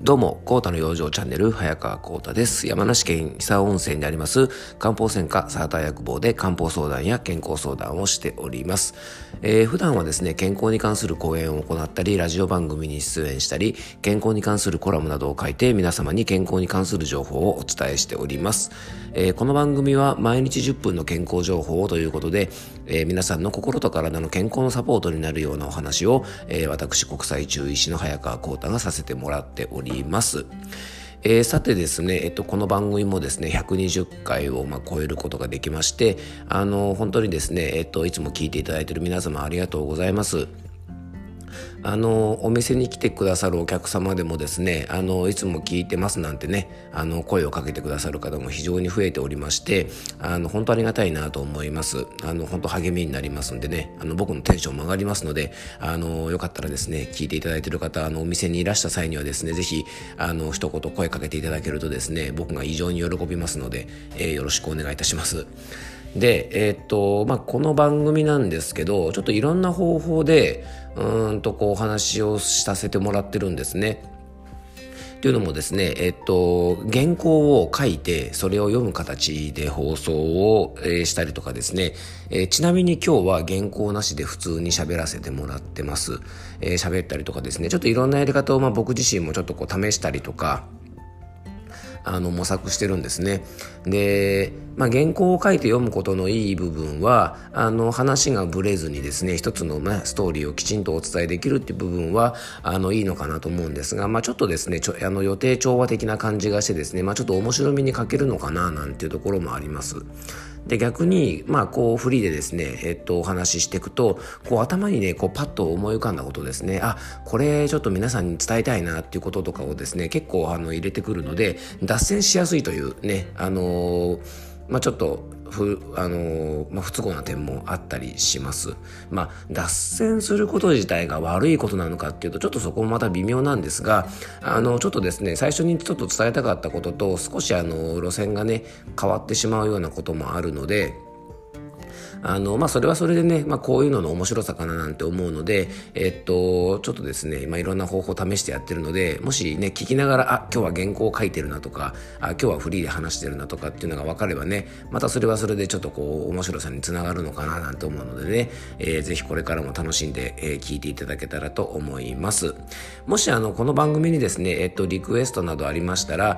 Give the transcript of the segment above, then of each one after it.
どうも、コータの養生チャンネル、早川コータです。山梨県久温泉にあります、漢方専科サーター薬房で漢方相談や健康相談をしております。普段はですね、健康に関する講演を行ったり、ラジオ番組に出演したり、健康に関するコラムなどを書いて、皆様に健康に関する情報をお伝えしております。この番組は毎日10分の健康情報ということで、皆さんの心と体の健康のサポートになるようなお話を、私、国際中医師の早川コータがさせてもらっております。さてですね、この番組もですね、120回を超えることができまして、本当にですね、いつも聞いていただいている皆様ありがとうございます。お店に来てくださるお客様でもですね、いつも聞いてますなんてね、声をかけてくださる方も非常に増えておりまして、本当ありがたいなと思います。本当励みになりますんでね、僕のテンションも上がりますので、よかったらですね、聞いていただいている方、お店にいらした際にはですね、ぜひ、一言声かけていただけるとですね、僕が異常に喜びますので、よろしくお願いいたします。で、この番組なんですけど、ちょっといろんな方法でお話をさせてもらってるんですね。というのもですね、原稿を書いてそれを読む形で放送を、したりとかですね、ちなみに今日は原稿なしで普通に喋らせてもらってます。喋ったりとかですね、ちょっといろんなやり方を僕自身もちょっと試したりとか模索してるんですね。で、原稿を書いて読むことのいい部分は話がブレずにですね、一つの、ストーリーをきちんとお伝えできるっていう部分はいいのかなと思うんですが、ちょっとですね予定調和的な感じがしてですね、ちょっと面白みに欠けるのかななんていうところもあります。で、逆にフリーでですね、お話ししていくと頭にねパッと思い浮かんだことですね、これちょっと皆さんに伝えたいなっていうこととかをですね、結構入れてくるので脱線しやすいというね、ちょっと不都合な点もあったりします。脱線すること自体が悪いことなのかっていうとちょっとそこもまた微妙なんですが、ちょっとですね、最初にちょっと伝えたかったことと少し路線がね変わってしまうようなこともあるので、それはそれでね、こういうのの面白さかななんて思うので、ちょっとですね、いろんな方法を試してやってるので、もしね、聞きながら、今日は原稿を書いてるなとか、今日はフリーで話してるなとかっていうのが分かればね、またそれはそれでちょっと面白さにつながるのかななんて思うのでね、ぜひこれからも楽しんで、聞いていただけたらと思います。もしこの番組にですね、リクエストなどありましたら、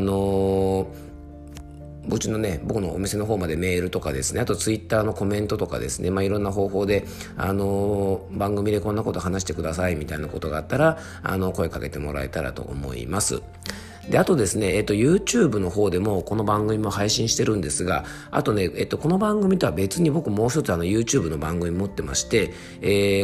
僕のお店の方までメールとかですね、あとツイッターのコメントとかですね、いろんな方法で番組でこんなこと話してくださいみたいなことがあったら声かけてもらえたらと思います。で、あとですね、YouTube の方でもこの番組も配信してるんですが、あとね、この番組とは別に僕もう一つYouTube の番組持ってまして、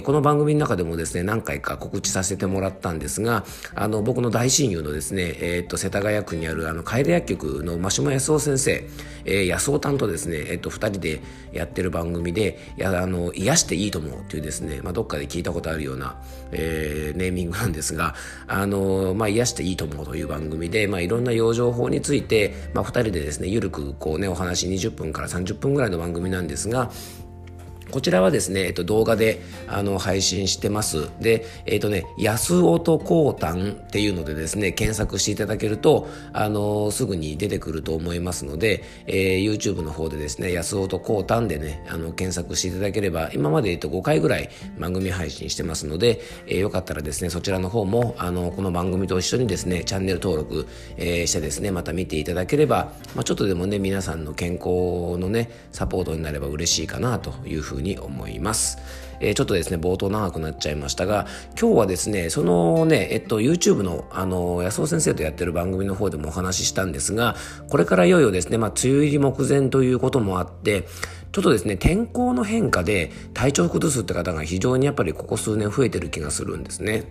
この番組の中でもですね、何回か告知させてもらったんですが、僕の大親友のですね、世田谷区にある楓薬局の真下康夫先生、康夫担とですね、二人でやってる番組で、癒していいと思うっていうですね、どっかで聞いたことあるような、ネーミングなんですが、癒していいと思うという番組で、いろんな養生法について、2人でですねゆるくお話20分から30分ぐらいの番組なんですが、こちらはですね、動画で配信してます。で、安音コータンっていうのでですね、検索していただけるとすぐに出てくると思いますので、YouTube の方でですね、安音コータンでね検索していただければ、今まで5回ぐらい番組配信してますので、よかったらですね、そちらの方もこの番組と一緒にですねチャンネル登録、してですね、また見ていただければ、ちょっとでもね皆さんの健康のねサポートになれば嬉しいかなというふうに思います。ちょっとですね冒頭長くなっちゃいましたが、今日はですねそのねYouTube の安尾先生とやってる番組の方でもお話ししたんですが、これからいよいよですね梅雨入り目前ということもあって、ちょっとですね天候の変化で体調を崩すって方が非常にやっぱりここ数年増えてる気がするんですね。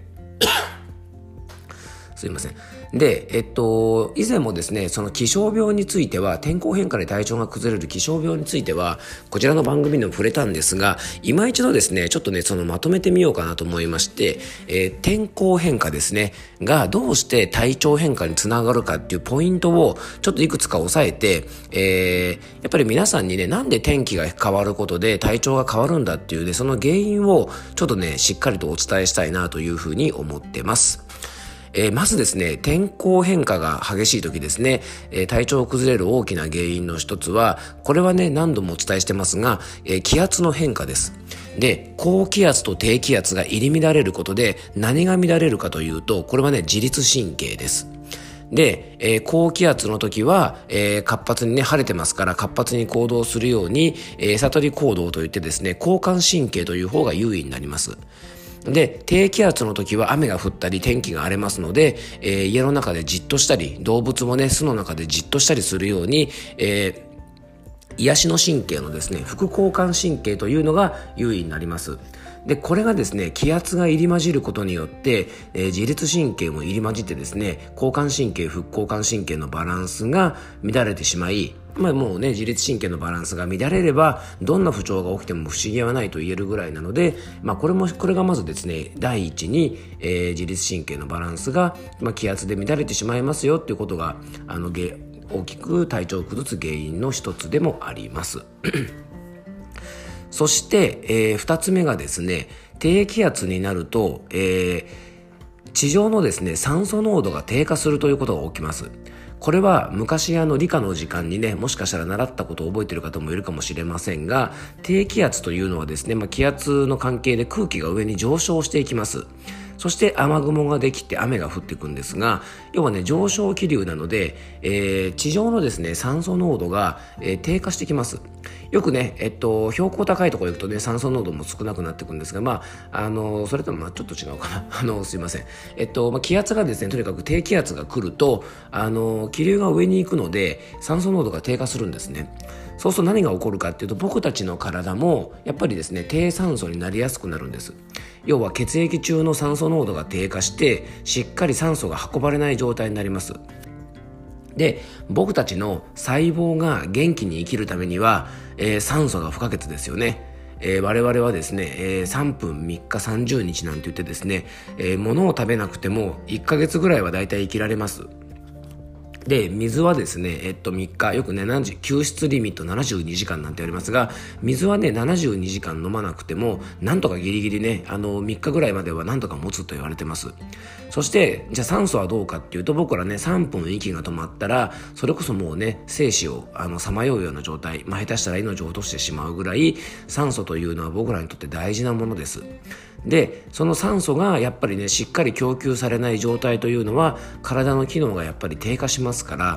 すいません。で、以前もですね、その気象病については、天候変化で体調が崩れる気象病については、こちらの番組でも触れたんですが、今一度ですね、ちょっとね、まとめてみようかなと思いまして、天候変化ですね、がどうして体調変化につながるかっていうポイントを、ちょっといくつか押さえて、やっぱり皆さんにね、なんで天気が変わることで体調が変わるんだっていうね、その原因をちょっとね、しっかりとお伝えしたいなというふうに思ってます。 まずですね、天候変化が激しい時ですね、体調を崩れる大きな原因の一つは、これはね、何度もお伝えしてますが、気圧の変化です。で、高気圧と低気圧が入り乱れることで、何が乱れるかというと、これはね、自律神経です。で、高気圧の時は、活発にね、晴れてますから活発に行動するように、悟り行動といってですね、交感神経という方が優位になります。で、低気圧の時は雨が降ったり天気が荒れますので、家の中でじっとしたり、動物もね、巣の中でじっとしたりするように、癒しの神経のですね、副交感神経というのが優位になります。で、これがですね、気圧が入り混じることによって、自律神経も入り混じってですね、交感神経、副交感神経のバランスが乱れてしまい、もうね、自律神経のバランスが乱れれば、どんな不調が起きても不思議はないと言えるぐらいなので、これがまずですね、第一に、自律神経のバランスが、気圧で乱れてしまいますよっていうことが、大きく体調を崩す原因の一つでもあります。そして、2つ目がですね、低気圧になると、地上のですね、酸素濃度が低下するということが起きます。これは昔理科の時間にね、もしかしたら習ったことを覚えている方もいるかもしれませんが、低気圧というのはですね、気圧の関係で空気が上に上昇していきます。そして雨雲ができて雨が降っていくんですが、要はね、上昇気流なので、地上のですね、酸素濃度が、低下してきます。よくね、標高高いところに行くとね、酸素濃度も少なくなっていくんですが、それともちょっと違うかな。すいません。気圧がですね、とにかく低気圧が来ると、気流が上に行くので、酸素濃度が低下するんですね。そうすると何が起こるかっていうと、僕たちの体もやっぱりですね、低酸素になりやすくなるんです。要は血液中の酸素濃度が低下して、しっかり酸素が運ばれない状態になります。で、僕たちの細胞が元気に生きるためには、酸素が不可欠ですよね。我々はですね、3分3日30日なんて言ってですね、物を食べなくても1ヶ月ぐらいはだいたい生きられます。で、水はですね、3日、よくね、救出リミット72時間なんてありますが、水はね、72時間飲まなくても、なんとかギリギリね、3日ぐらいまではなんとか持つと言われてます。そして、じゃあ酸素はどうかっていうと、僕らね、3分息が止まったら、それこそもうね、生死をさまようような状態、下手したら命を落としてしまうぐらい、酸素というのは僕らにとって大事なものです。で、その酸素がやっぱりね、しっかり供給されない状態というのは体の機能がやっぱり低下しますから、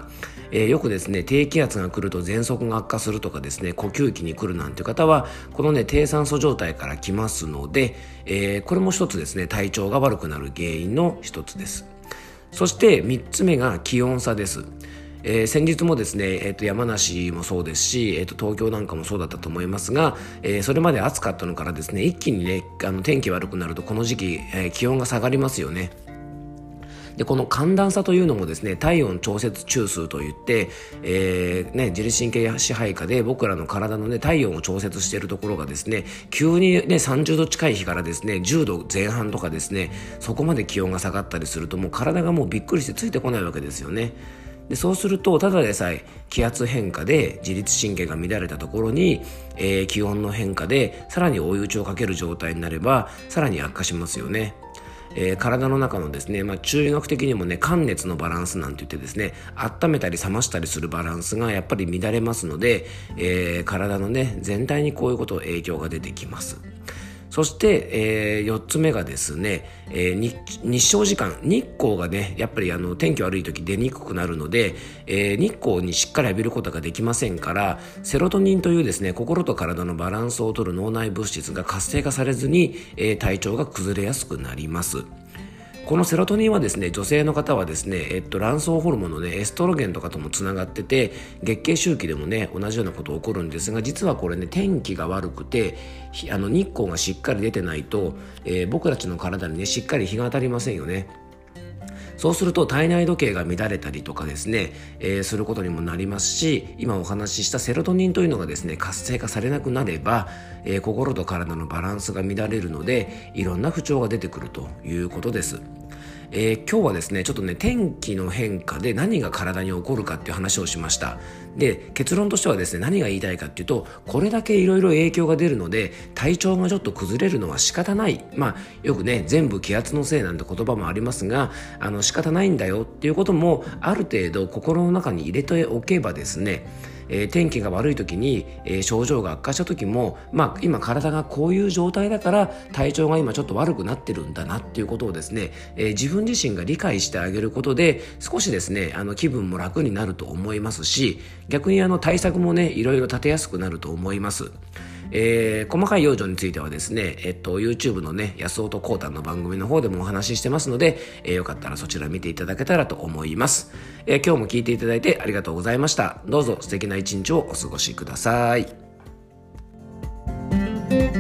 よくですね、低気圧が来ると喘息が悪化するとかですね、呼吸器に来るなんていう方はこのね、低酸素状態から来ますので、これも一つですね、体調が悪くなる原因の一つです。そして3つ目が気温差です。先日もですね、山梨もそうですし、東京なんかもそうだったと思いますが、それまで暑かったのからですね、一気にね、天気悪くなるとこの時期、気温が下がりますよね。で、この寒暖差というのもですね、体温調節中枢といって、自律神経支配下で僕らの体のね、体温を調節しているところがですね、急にね、30度近い日からですね、10度前半とかですね、そこまで気温が下がったりすると、もう体がもうびっくりしてついてこないわけですよね。で、そうするとただでさえ気圧変化で自律神経が乱れたところに、気温の変化でさらに追い打ちをかける状態になればさらに悪化しますよね。体の中のですね、中医学的にもね、寒熱のバランスなんて言ってですね、温めたり冷ましたりするバランスがやっぱり乱れますので、体のね、全体にこういうこと影響が出てきます。そして、4つ目がですね、日照時間、日光がね、やっぱり天気悪い時出にくくなるので、日光にしっかり浴びることができませんから、セロトニンというですね、心と体のバランスを取る脳内物質が活性化されずに、体調が崩れやすくなります。このセロトニンはですね、女性の方はですね、卵巣ホルモンのね、エストロゲンとかともつながってて、月経周期でもね、同じようなこと起こるんですが、実はこれね、天気が悪くて、日光がしっかり出てないと、僕たちの体にね、しっかり日が当たりませんよね。そうすると体内時計が乱れたりとかですね、することにもなりますし、今お話ししたセロトニンというのがですね、活性化されなくなれば、心と体のバランスが乱れるので、いろんな不調が出てくるということです。 今日はですねちょっとね天気の変化で何が体に起こるかっていう話をしました。で結論としてはですね何が言いたいかっていうと、これだけいろいろ影響が出るので体調がちょっと崩れるのは仕方ない。よくね全部気圧のせいなんて言葉もありますが、仕方ないんだよっていうこともある程度心の中に入れておけばですね、天気が悪い時に、症状が悪化した時も、今体がこういう状態だから体調が今ちょっと悪くなってるんだなっていうことをですね、自分自身が理解してあげることで少しですね気分も楽になると思いますし、逆に対策もねいろいろ立てやすくなると思います。細かい養生についてはですね、YouTube のね安尾とコウタンの番組の方でもお話ししてますので、よかったらそちら見ていただけたらと思います。今日も聞いていただいてありがとうございました。どうぞ素敵な一日をお過ごしください。